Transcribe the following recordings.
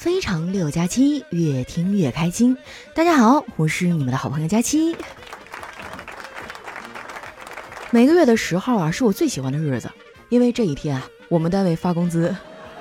非常6+7，越听越开心。大家好，我是你们的好朋友佳期。每个月的10号啊，是我最喜欢的日子，因为这一天啊，我们单位发工资。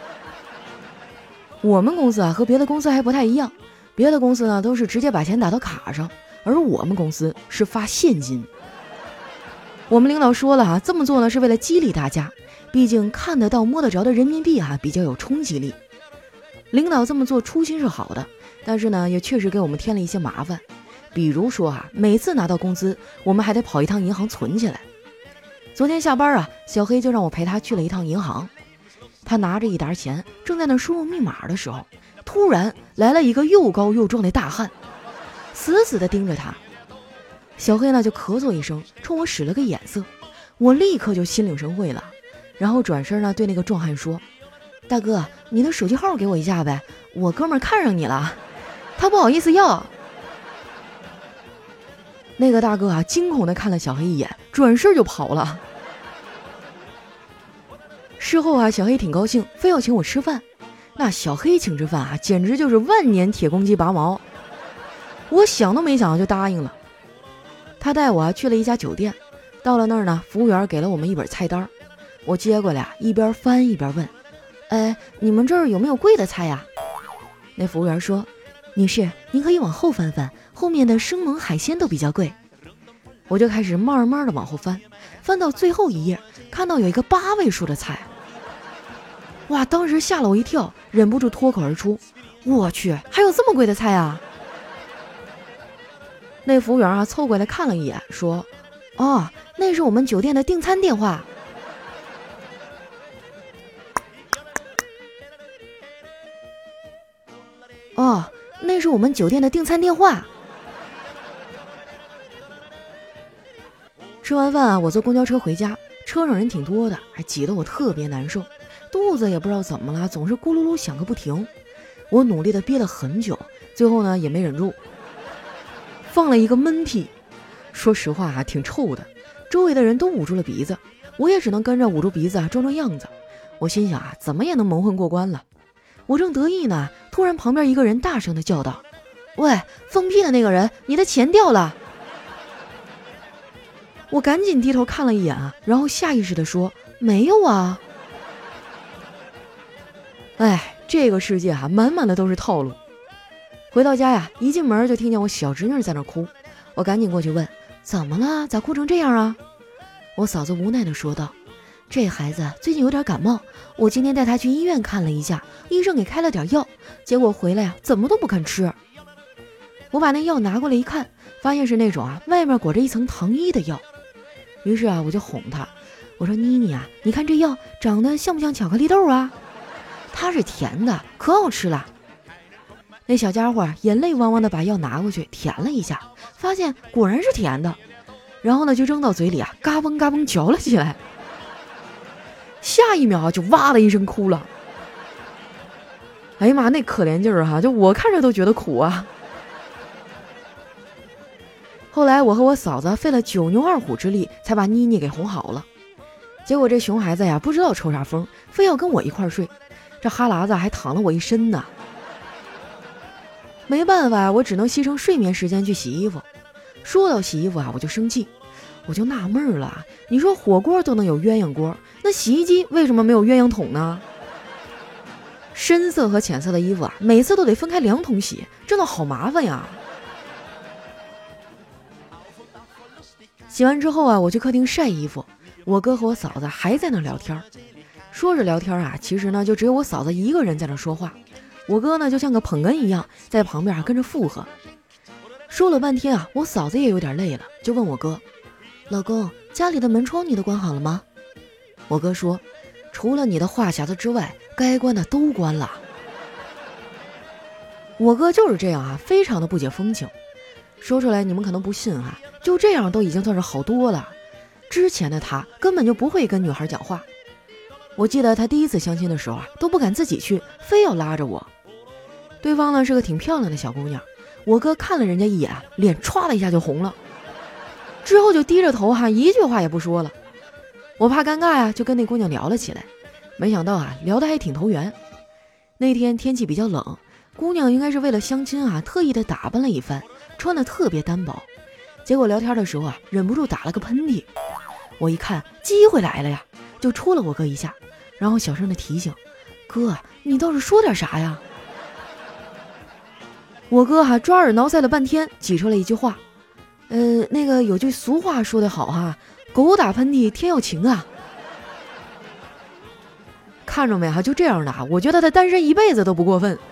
我们公司啊和别的公司还不太一样，别的公司呢都是直接把钱打到卡上，而我们公司是发现金。我们领导说了哈，这么做呢是为了激励大家，毕竟看得到摸得着的人民币啊比较有冲击力。领导这么做初心是好的，但是呢也确实给我们添了一些麻烦。比如说啊，每次拿到工资我们还得跑一趟银行存起来。昨天下班啊，小黑就让我陪他去了一趟银行。他拿着一沓钱正在那输入密码的时候，突然来了一个又高又壮的大汉，死死地盯着他。小黑呢就咳嗽一声，冲我使了个眼色，我立刻就心领神会了，然后转身呢对那个壮汉说，大哥，你的手机号给我一下呗，我哥们儿看上你了，他不好意思要。那个大哥啊惊恐地看了小黑一眼，转身就跑了。事后啊，小黑挺高兴，非要请我吃饭。那小黑请吃饭啊，简直就是万年铁公鸡拔毛。我想都没想就答应了。他带我去了一家酒店，到了那儿呢，服务员给了我们一本菜单，我接过来一边翻一边问，你们这儿有没有贵的菜呀？那服务员说，女士，您可以往后翻翻，后面的生猛海鲜都比较贵。我就开始慢慢的往后翻，翻到最后一页，看到有一个8位数的菜。哇，当时吓了我一跳，忍不住脱口而出，我去，还有这么贵的菜啊！那服务员啊凑过来看了一眼，说，哦，那是我们酒店的订餐电话。哦，那是我们酒店的订餐电话。吃完饭啊，我坐公交车回家，车上人挺多的，还挤得我特别难受，肚子也不知道怎么了，总是咕噜噜响个不停。我努力的憋了很久，最后呢也没忍住，放了一个闷屁。说实话啊，挺臭的，周围的人都捂住了鼻子，我也只能跟着捂住鼻子啊装装样子。我心想啊，怎么也能蒙混过关了。我正得意呢，突然旁边一个人大声地叫道，喂，放屁的那个人，你的钱掉了。我赶紧低头看了一眼啊，然后下意识地说，没有啊。这个世界啊，满满的都是套路。回到家呀，一进门就听见我小侄女在那哭，我赶紧过去问，怎么了？咋哭成这样啊？我嫂子无奈地说道，这孩子最近有点感冒，我今天带他去医院看了一下，医生给开了点药，结果回来呀，怎么都不肯吃。我把那药拿过来一看，发现是那种啊外面裹着一层糖衣的药。于是啊，我就哄他，我说，妮妮啊，你看这药长得像不像巧克力豆啊？它是甜的，可好吃了。那小家伙眼泪汪汪的把药拿过去舔了一下，发现果然是甜的，然后呢就扔到嘴里啊，嘎嘣嘎嘣嚼了起来。下一秒就哇的一声哭了。哎呀妈，那可怜劲儿哈，就我看着都觉得苦啊。后来我和我嫂子费了9牛2虎之力才把妮妮给哄好了。结果这熊孩子呀不知道抽啥风，非要跟我一块睡，这哈喇子还淌了我一身呢。没办法，我只能牺牲睡眠时间去洗衣服。说到洗衣服啊，我就生气，我就纳闷了，你说火锅都能有鸳鸯锅，那洗衣机为什么没有鸳鸯桶呢？深色和浅色的衣服啊，每次都得分开2桶洗，真的好麻烦呀。洗完之后啊，我去客厅晒衣服，我哥和我嫂子还在那聊天。说是聊天啊，其实呢就只有我嫂子一个人在那说话，我哥呢就像个捧哏一样在旁边跟着附和。说了半天啊，我嫂子也有点累了，就问我哥，老公，家里的门窗你都关好了吗？我哥说，除了你的话匣子之外，该关的都关了。我哥就是这样啊，非常的不解风情。说出来你们可能不信啊，就这样都已经算是好多了。之前的他根本就不会跟女孩讲话。我记得他第一次相亲的时候啊，都不敢自己去，非要拉着我。对方呢是个挺漂亮的小姑娘，我哥看了人家一眼，脸歘的一下就红了，之后就低着头哈，一句话也不说了。我怕尴尬呀，就跟那姑娘聊了起来，没想到啊，聊得还挺投缘。那天天气比较冷， 姑娘应该是为了相亲啊，特意的打扮了一番，穿的特别单薄。结果聊天的时候啊，忍不住打了个喷嚏。我一看机会来了呀，就戳了我哥一下，然后小声的提醒：“哥，你倒是说点啥呀？”我哥哈抓耳挠腮了半天，挤出了一句话：“那个有句俗话说得好哈，狗打喷嚏天要晴啊。”看着没哈，就这样的，我觉得他单身一辈子都不过分。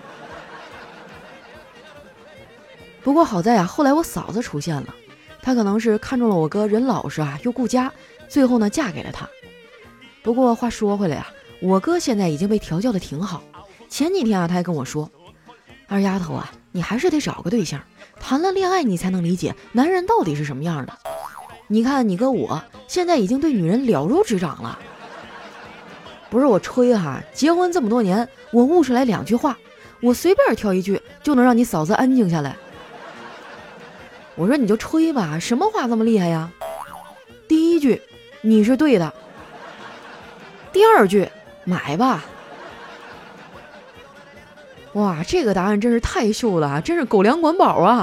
不过好在啊，后来我嫂子出现了，她可能是看中了我哥人老实啊，又顾家，最后呢嫁给了他。不过话说回来啊，我哥现在已经被调教的挺好。前几天啊，他还跟我说：“二丫头啊，你还是得找个对象，谈了恋爱你才能理解男人到底是什么样的。你看你哥我现在已经对女人了如指掌了。”不是我吹哈，结婚这么多年，我悟出来2句话，我随便挑一句就能让你嫂子安静下来。我说你就吹吧，什么话这么厉害呀？第一句，你是对的。第2句，买吧。哇，这个答案真是太秀了啊，真是狗粮管饱啊。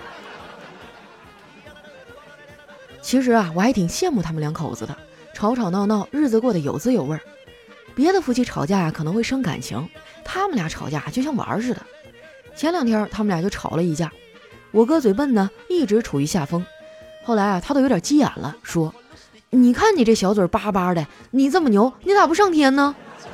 其实啊，我还挺羡慕他们2口子的，吵吵闹闹，日子过得有滋有味。别的夫妻吵架可能会伤感情，他们俩吵架就像玩似的。前2天他们俩就吵了一架，我哥嘴笨呢，一直处于下风。后来啊，他都有点急眼了，说：“你看你这小嘴巴巴的，你这么牛，你咋不上天呢？”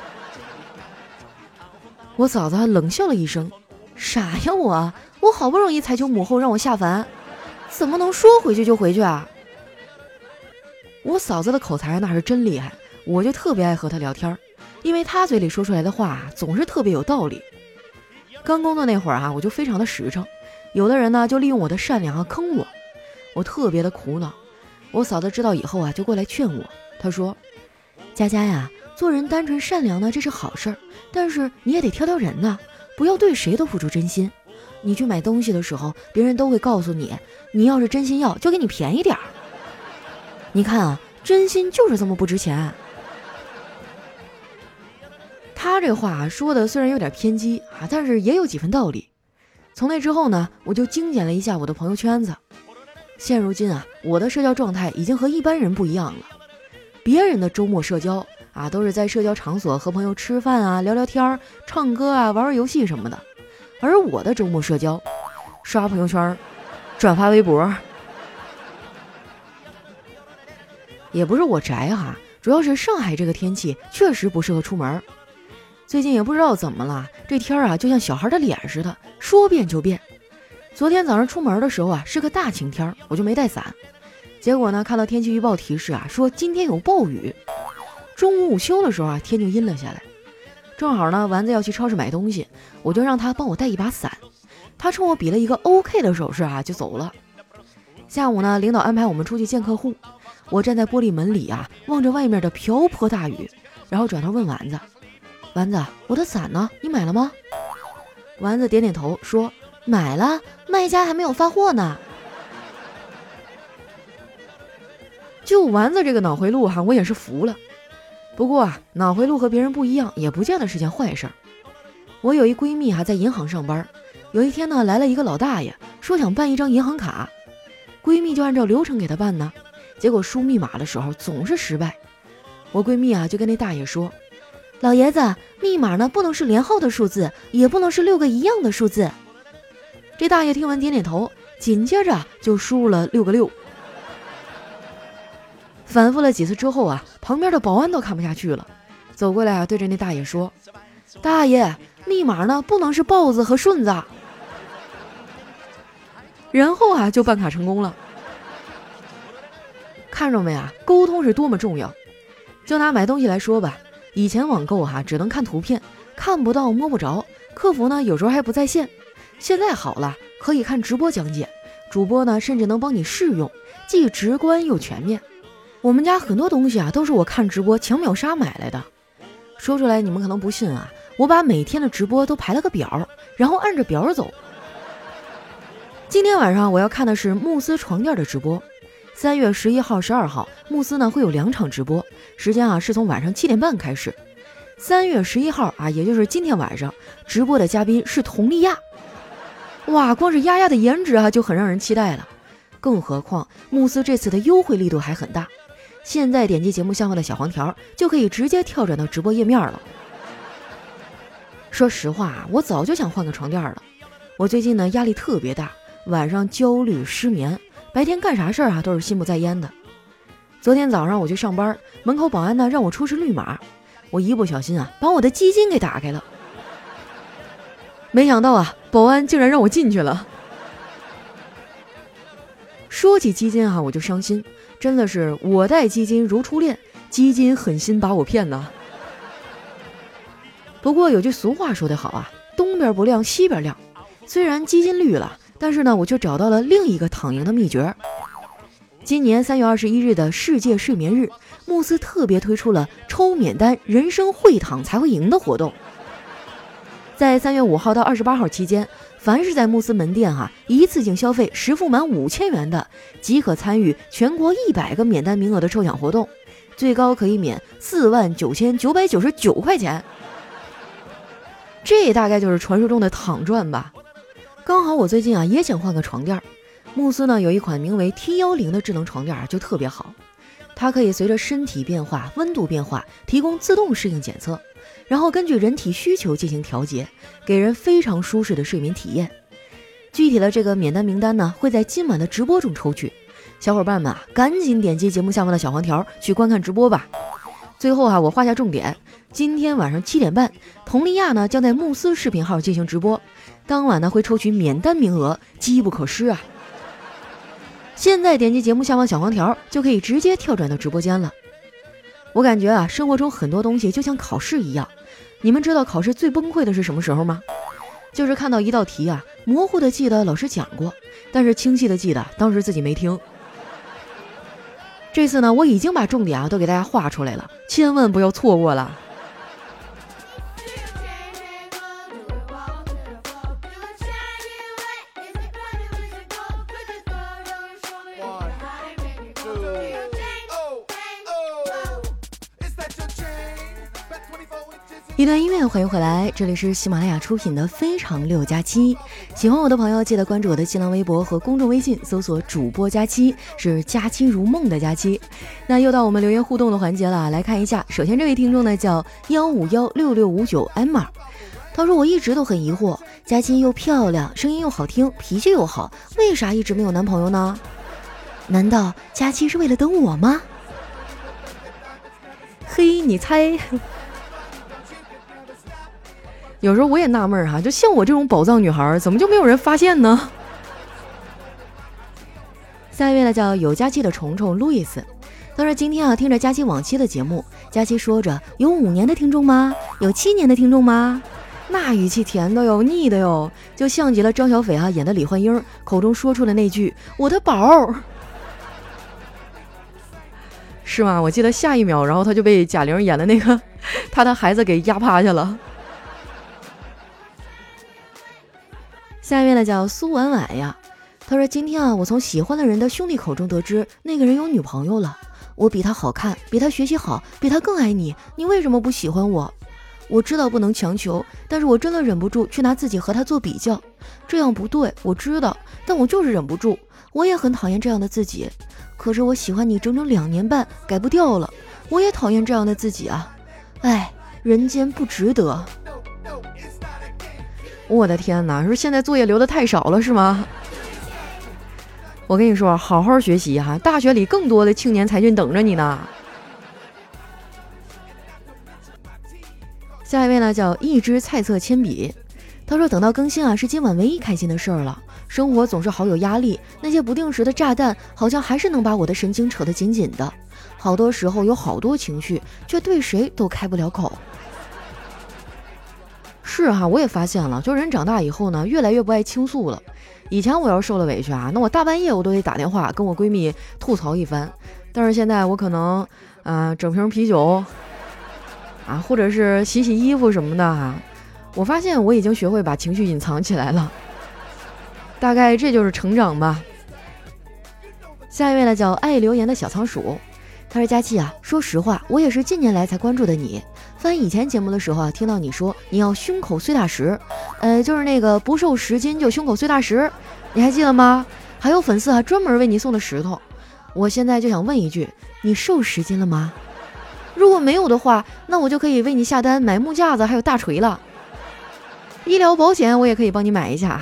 我嫂子还冷笑了一声：“傻呀我好不容易才求母后让我下凡，怎么能说回去就回去啊？”我嫂子的口才那是真厉害，我就特别爱和她聊天，因为她嘴里说出来的话总是特别有道理。刚工作那会儿啊，我就非常的实诚，有的人呢就利用我的善良坑我特别的苦恼。我嫂子知道以后啊，就过来劝我，她说：“佳佳呀，做人单纯善良呢，这是好事儿，但是你也得挑挑人呐，不要对谁都付出真心。你去买东西的时候，别人都会告诉你，你要是真心要，就给你便宜点儿。你看啊，真心就是这么不值钱。”他这话说的虽然有点偏激啊，但是也有几分道理。从那之后呢，我就精简了一下我的朋友圈子。现如今啊，我的社交状态已经和一般人不一样了。别人的周末社交啊，都是在社交场所和朋友吃饭啊、聊聊天、唱歌啊、玩玩游戏什么的。而我的周末社交，刷朋友圈、转发微博。也不是我宅哈，主要是上海这个天气确实不适合出门。最近也不知道怎么了，这天啊就像小孩的脸似的，说变就变。昨天早上出门的时候啊，是个大晴天，我就没带伞。结果呢，看到天气预报提示啊，说今天有暴雨。中午午休的时候啊，天就阴了下来。正好呢，丸子要去超市买东西，我就让他帮我带一把伞。他冲我比了一个 OK 的手势啊，就走了。下午呢，领导安排我们出去见客户，我站在玻璃门里啊，望着外面的瓢泼大雨，然后转头问丸子：“丸子，我的伞呢？你买了吗？”丸子点点头说：“买了，卖家还没有发货呢。”就丸子这个脑回路哈，我也是服了。不过啊，脑回路和别人不一样，也不见得是件坏事。我有一闺蜜在银行上班，有一天呢，来了一个老大爷，说想办一张银行卡，闺蜜就按照流程给他办呢，结果输密码的时候总是失败。我闺蜜就跟那大爷说：“老爷子，密码呢不能是连号的数字，也不能是6个一样的数字。”这大爷听完点点头，紧接着就输入了6个6。反复了几次之后啊，旁边的保安都看不下去了，走过来对着那大爷说：“大爷，密码呢不能是豹子和顺子。”然后就办卡成功了。看着没沟通是多么重要。就拿买东西来说吧，以前网购只能看图片，看不到摸不着，客服呢有时候还不在线。现在好了，可以看直播讲解，主播呢甚至能帮你试用，既直观又全面。我们家很多东西都是我看直播抢秒杀买来的。说出来你们可能不信我把每天的直播都排了个表，然后按着表走。今天晚上我要看的是慕斯床垫的直播。3月11号、12号，慕斯呢会有2场直播，时间是从晚上7点半开始。 3月11号啊，也就是今天晚上直播的嘉宾是佟丽娅。哇，光是丫丫的颜值啊就很让人期待了，更何况慕斯这次的优惠力度还很大，现在点击节目下方的小黄条就可以直接跳转到直播页面了。说实话，我早就想换个床垫了。我最近呢压力特别大，晚上焦虑失眠，白天干啥事儿啊都是心不在焉的。昨天早上我去上班，门口保安呢让我出示绿码，我一不小心啊把我的基金给打开了。没想到啊，保安竟然让我进去了。说起基金啊，我就伤心，真的是我待基金如初恋，基金狠心把我骗呐。不过有句俗话说得好啊，东边不亮西边亮。虽然基金绿了，但是呢，我却找到了另一个躺赢的秘诀。今年3月21日的世界睡眠日，慕斯特别推出了抽免单人生会躺才会赢的活动。在3月5号到28号期间，凡是在慕斯门店一次性消费实付满5000元的，即可参与全国100个免单名额的抽奖活动，最高可以免49999块钱。这大概就是传说中的躺赚吧。刚好我最近也想换个床垫，慕斯呢有一款名为 T10的智能床垫就特别好，它可以随着身体变化、温度变化提供自动适应检测，然后根据人体需求进行调节，给人非常舒适的睡眠体验。具体的这个免单名单呢会在今晚的直播中抽取，小伙伴们赶紧点击节目下方的小黄条去观看直播吧。最后我画下重点，今天晚上7点半，佟丽娅呢将在慕斯视频号进行直播，当晚呢会抽取免单名额，机不可失啊！现在点击节目下方小黄条就可以直接跳转到直播间了。我感觉生活中很多东西就像考试一样，你们知道考试最崩溃的是什么时候吗？就是看到一道题模糊的记得老师讲过，但是清晰的记得当时自己没听。这次呢，我已经把重点都给大家画出来了，千万不要错过了。一段音乐，欢迎回来，这里是喜马拉雅出品的非常六加七。喜欢我的朋友记得关注我的新浪微博和公众微信，搜索主播佳期，是佳期如梦的佳期。那又到我们留言互动的环节了，来看一下。首先这位听众呢叫1516659M，他说我一直都很疑惑，佳期又漂亮，声音又好听，脾气又好，为啥一直没有男朋友呢？难道佳期是为了等我吗？嘿，你猜？有时候我也纳闷就像我这种宝藏女孩，怎么就没有人发现呢？下一位呢叫有佳期的虫虫路易斯，他说今天听着佳期往期的节目，佳期说着有5年的听众吗？有7年的听众吗？那语气甜的哟，腻的哟，就像极了张小斐演的李焕英口中说出的那句我的宝。是吗？我记得下一秒，然后他就被贾玲演的那个他的孩子给压趴下了。下一位呢叫苏婉婉呀，他说今天我从喜欢的人的兄弟口中得知那个人有女朋友了，我比他好看，比他学习好，比他更爱你，你为什么不喜欢我？我知道不能强求，但是我真的忍不住去拿自己和他做比较，这样不对，我知道，但我就是忍不住，我也很讨厌这样的自己，可是我喜欢你整整2年半，改不掉了，我也讨厌这样的自己哎，人间不值得。我的天哪，说现在作业留的太少了是吗？我跟你说，好好学习大学里更多的青年才俊等着你呢。下一位呢叫一支菜色铅笔，他说等到更新是今晚唯一开心的事儿了，生活总是好有压力，那些不定时的炸弹好像还是能把我的神经扯得紧紧的，好多时候有好多情绪，却对谁都开不了口。是我也发现了，就人长大以后呢，越来越不爱倾诉了。以前我要受了委屈那我大半夜我都得打电话跟我闺蜜吐槽一番，但是现在我可能整瓶啤酒或者是洗洗衣服什么的我发现我已经学会把情绪隐藏起来了，大概这就是成长吧。下一位呢叫爱留言的小仓鼠，他说佳期说实话，我也是近年来才关注的你， 翻以前节目的时候啊，听到你说你要胸口碎大石，就是那个不瘦10斤就胸口碎大石，你还记得吗？还有粉丝啊专门为你送的石头。我现在就想问一句，你瘦10斤了吗？如果没有的话，那我就可以为你下单买木架子还有大锤了。医疗保险我也可以帮你买一下。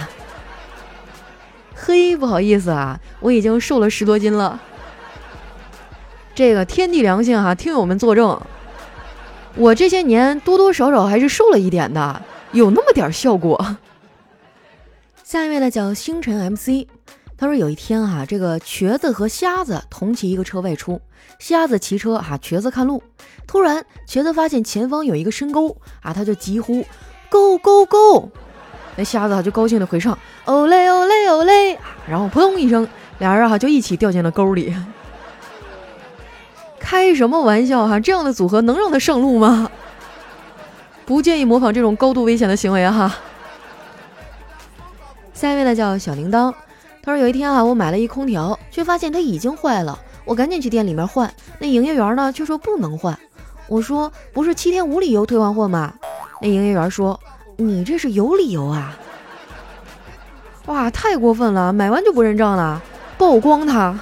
嘿，不好意思啊，我已经瘦了10多斤了。这个天地良心啊，听友们作证，我这些年多多少少还是瘦了一点的，有那么点效果。下一位呢叫星辰 MC， 他说有一天啊，这个瘸子和瞎子同骑一个车外出，瞎子骑车啊，瘸子看路。突然瘸子发现前方有一个深沟啊，他就急呼 Go Go Go， 那瞎子就高兴的回唱哦嘞哦嘞哦嘞，然后扑通一声，俩人就一起掉进了沟里。开什么玩笑哈！这样的组合能让他上路吗？不建议模仿这种高度危险的行为哈。下一位呢叫小铃铛，他说有一天啊，我买了一空调，却发现它已经坏了，我赶紧去店里面换，那营业员呢却说不能换。我说不是7天无理由退换货吗？那营业员说你这是有理由啊！哇，太过分了，买完就不认账了，曝光他。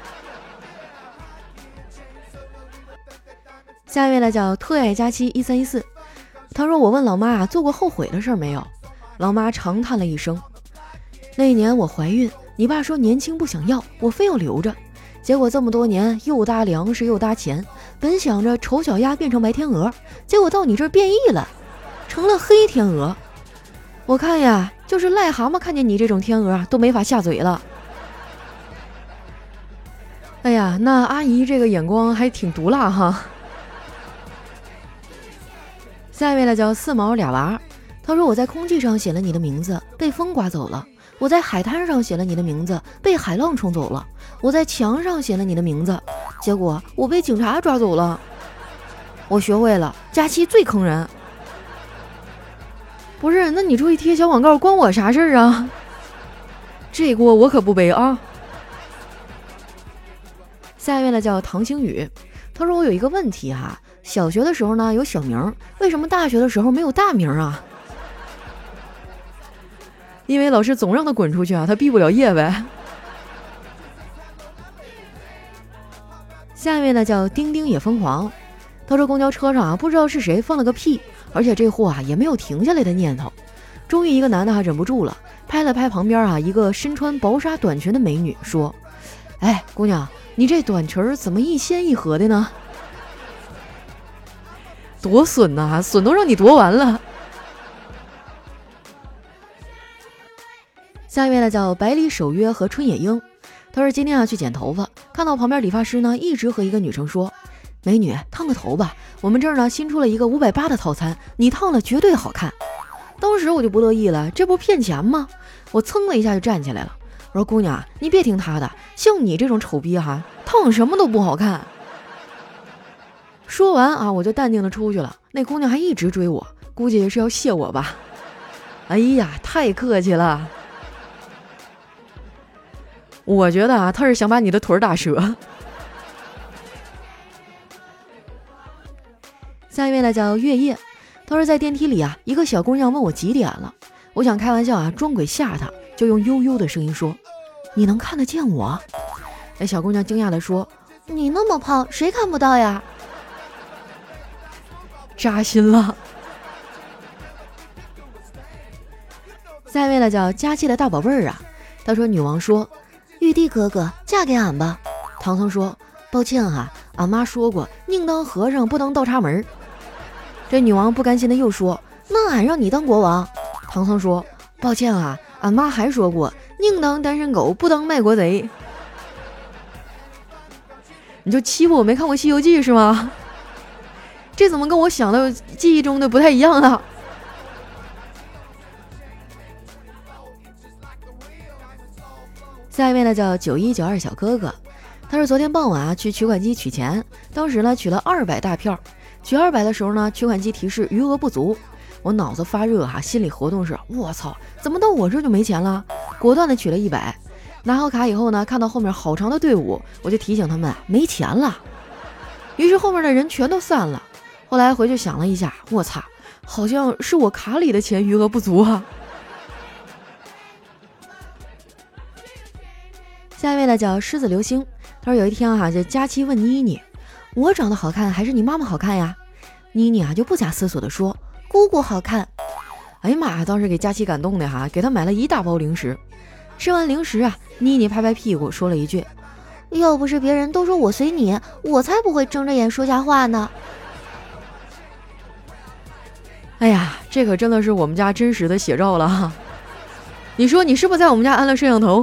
下一位呢叫特爱佳期1314，他说我问老妈做过后悔的事没有？老妈长叹了一声，那一年我怀孕，你爸说年轻不想要，我非要留着，结果这么多年又搭粮食又搭钱，本想着丑小鸭变成白天鹅，结果到你这儿变异了，成了黑天鹅。我看呀，就是癞蛤蟆看见你这种天鹅都没法下嘴了。哎呀，那阿姨这个眼光还挺毒辣哈。下一位呢叫4毛俩娃，他说我在空气上写了你的名字，被风刮走了；我在海滩上写了你的名字，被海浪冲走了；我在墙上写了你的名字，结果我被警察抓走了。我学会了，佳期最坑人。不是，那你出去贴小广告关我啥事儿啊？这锅我可不背啊。下一位呢叫唐星宇，他说我有一个问题哈，小学的时候呢有小名，为什么大学的时候没有大名啊？因为老师总让他滚出去啊，他毕不了业呗。下一位呢叫丁丁也疯狂，他说公交车上啊，不知道是谁放了个屁，而且这货啊也没有停下来的念头。终于一个男的忍不住了，拍了拍旁边一个身穿薄纱短裙的美女，说：哎，姑娘，你这短裙怎么一掀一合的呢？多损呐，损都让你夺完了。下一位呢叫百里守约和春野樱，他说今天去剪头发，看到旁边理发师呢一直和一个女生说：美女，烫个头吧，我们这儿呢新出了一个580的套餐，你烫了绝对好看。当时我就不乐意了，这不骗钱吗？我噌了一下就站起来了，我说姑娘，你别听他的，像你这种丑逼烫什么都不好看。说完我就淡定的出去了，那姑娘还一直追我，估计是要谢我吧。哎呀，太客气了。我觉得他是想把你的腿打折。下一位呢叫月夜，他说在电梯里一个小姑娘问我几点了，我想开玩笑装鬼吓她，就用悠悠的声音说：你能看得见我？那小姑娘惊讶地说：你那么胖，谁看不到呀？扎心了。下一位呢叫佳期的大宝贝儿他说女王说：玉帝哥哥嫁给俺吧。唐僧说：抱歉俺妈说过宁当和尚不当倒插门。这女王不甘心的又说：那俺让你当国王。唐僧说：抱歉俺妈还说过宁当单身狗不当卖国贼。你就欺负我没看过西游记是吗？这怎么跟我想的记忆中的不太一样啊？下一位呢叫9192小哥哥，他是昨天傍晚去取款机取钱，当时呢取了200大票，取200的时候呢，取款机提示余额不足，我脑子发热心理活动是我操，怎么到我这就没钱了？果断的取了100，拿好卡以后呢，看到后面好长的队伍，我就提醒他们没钱了。于是后面的人全都散了， 后来回去想了一下，我操，好像是我卡里的钱余额不足啊。下一位呢叫狮子流星，他说有一天啊，这佳期问妮妮，我长得好看还是你妈妈好看呀？妮妮啊就不假思索地说，姑姑好看。哎呀妈呀，当时给佳期感动的哈，给她买了一大包零食。吃完零食啊，妮妮拍拍屁股说了一句，要不是别人都说我随你，我才不会睁着眼说瞎话呢。哎呀，这可真的是我们家真实的写照了哈。你说你是不是在我们家安了摄像头？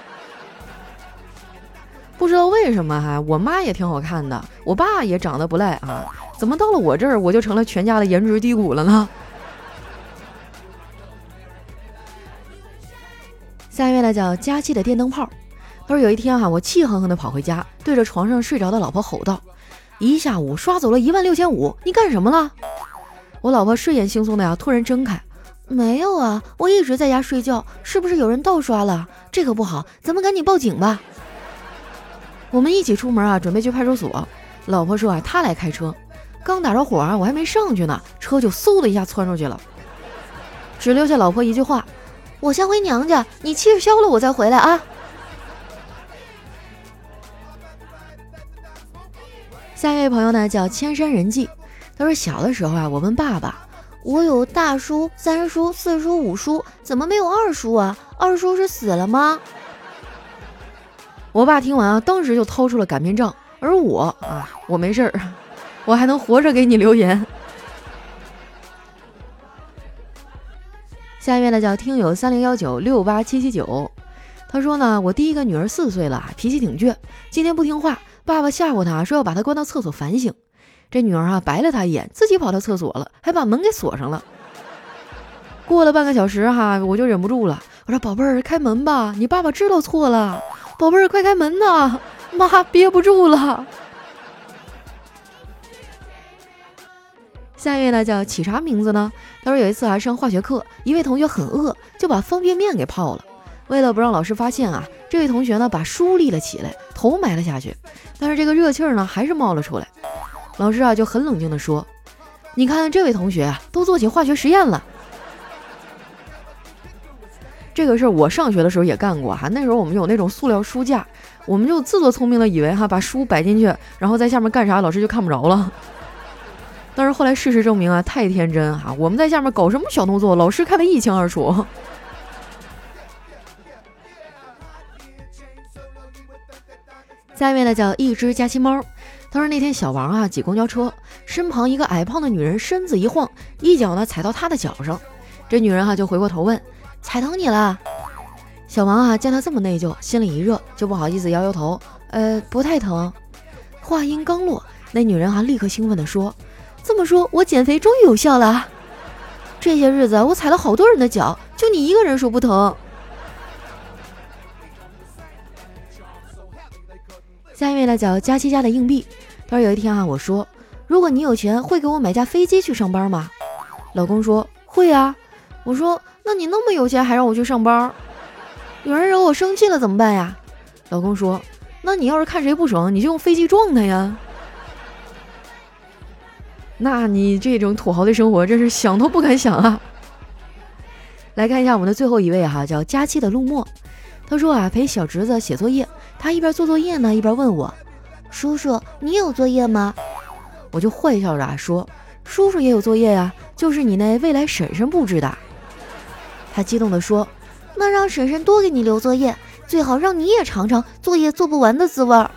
不知道为什么哈，我妈也挺好看的，我爸也长得不赖啊，怎么到了我这儿我就成了全家的颜值低谷了呢？下一位呢叫佳期的电灯泡，他说有一天哈，我气哼哼的跑回家，对着床上睡着的老婆吼道，一下午刷走了16500，你干什么了？我老婆睡眼惺忪的呀，突然睁开，没有啊，我一直在家睡觉，是不是有人盗刷了？这可不好，咱们赶紧报警吧。我们一起出门啊，准备去派出所。老婆说啊，她来开车，刚打着火啊，我还没上去呢，车就嗖的一下窜出去了，只留下老婆一句话，我先回娘家，你气消了我再回来啊。下一位朋友呢叫千山人迹，他说小的时候啊，我问爸爸，我有大叔、三叔、四叔、五叔，怎么没有二叔啊？二叔是死了吗？我爸听完啊，当时就掏出了擀面杖，而我没事儿，我还能活着给你留言。下一位呢叫听友3019687779，他说呢，我第一个女儿4岁了，脾气挺倔，今天不听话，爸爸吓唬她说要把她关到厕所反省。这女儿啊白了他一眼，自己跑到厕所了，还把门给锁上了。过了半个小时哈，我就忍不住了，我说宝贝儿开门吧，你爸爸知道错了，宝贝儿快开门呐，妈憋不住了。下一位呢叫起啥名字呢？他说有一次啊上化学课，一位同学很饿，就把方便面给泡了。为了不让老师发现啊，这位同学呢把书立了起来，头埋了下去，但是这个热气儿呢还是冒了出来。老师啊就很冷静地说，你看这位同学啊都做起化学实验了。这个事儿我上学的时候也干过哈，那时候我们有那种塑料书架，我们就自作聪明了，以为哈把书摆进去，然后在下面干啥老师就看不着了。但是后来事实证明啊，太天真哈，我们在下面搞什么小动作，老师看得一清二楚。下一位呢叫一只假期猫，他说那天小王啊挤公交车，身旁一个矮胖的女人身子一晃，一脚呢踩到他的脚上，这女人就回过头问，踩疼你了？小王见他这么内疚，心里一热，就不好意思摇摇头，不太疼。话音刚落，那女人立刻兴奋地说，这么说我减肥终于有效了，这些日子我踩了好多人的脚，就你一个人说不疼。下一位呢叫佳期家的硬币，他说有一天我说，如果你有钱会给我买架飞机去上班吗？老公说会啊。我说那你那么有钱还让我去上班，有人惹我生气了怎么办呀？老公说那你要是看谁不爽你就用飞机撞他呀。那你这种土豪的生活真是想都不敢想啊。来看一下我们的最后一位叫佳期的陆墨，他说陪小侄子写作业，他一边做作业呢一边问我，叔叔你有作业吗？我就坏笑着说，叔叔也有作业呀，就是你那未来婶婶布置的。他激动地说，那让婶婶多给你留作业，最好让你也尝尝作业做不完的滋味。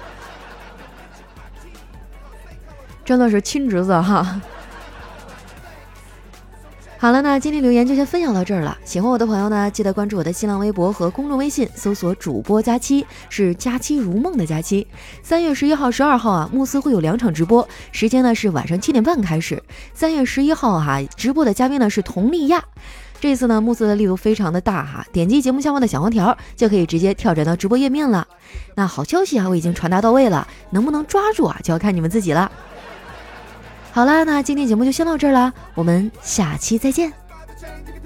真的是亲侄子哈。好了，那今天留言就先分享到这儿了。喜欢我的朋友呢，记得关注我的新浪微博和公众微信，搜索主播佳期，是佳期如梦的佳期。3月11号、12号慕斯会有2场直播，时间呢是晚上7点半开始。3月11号直播的嘉宾呢是佟丽娅。这次呢慕斯的力度非常的大点击节目下方的小黄条就可以直接跳转到直播页面了。那好消息我已经传达到位了，能不能抓住就要看你们自己了。好啦，那今天节目就先到这儿啦，我们下期再见。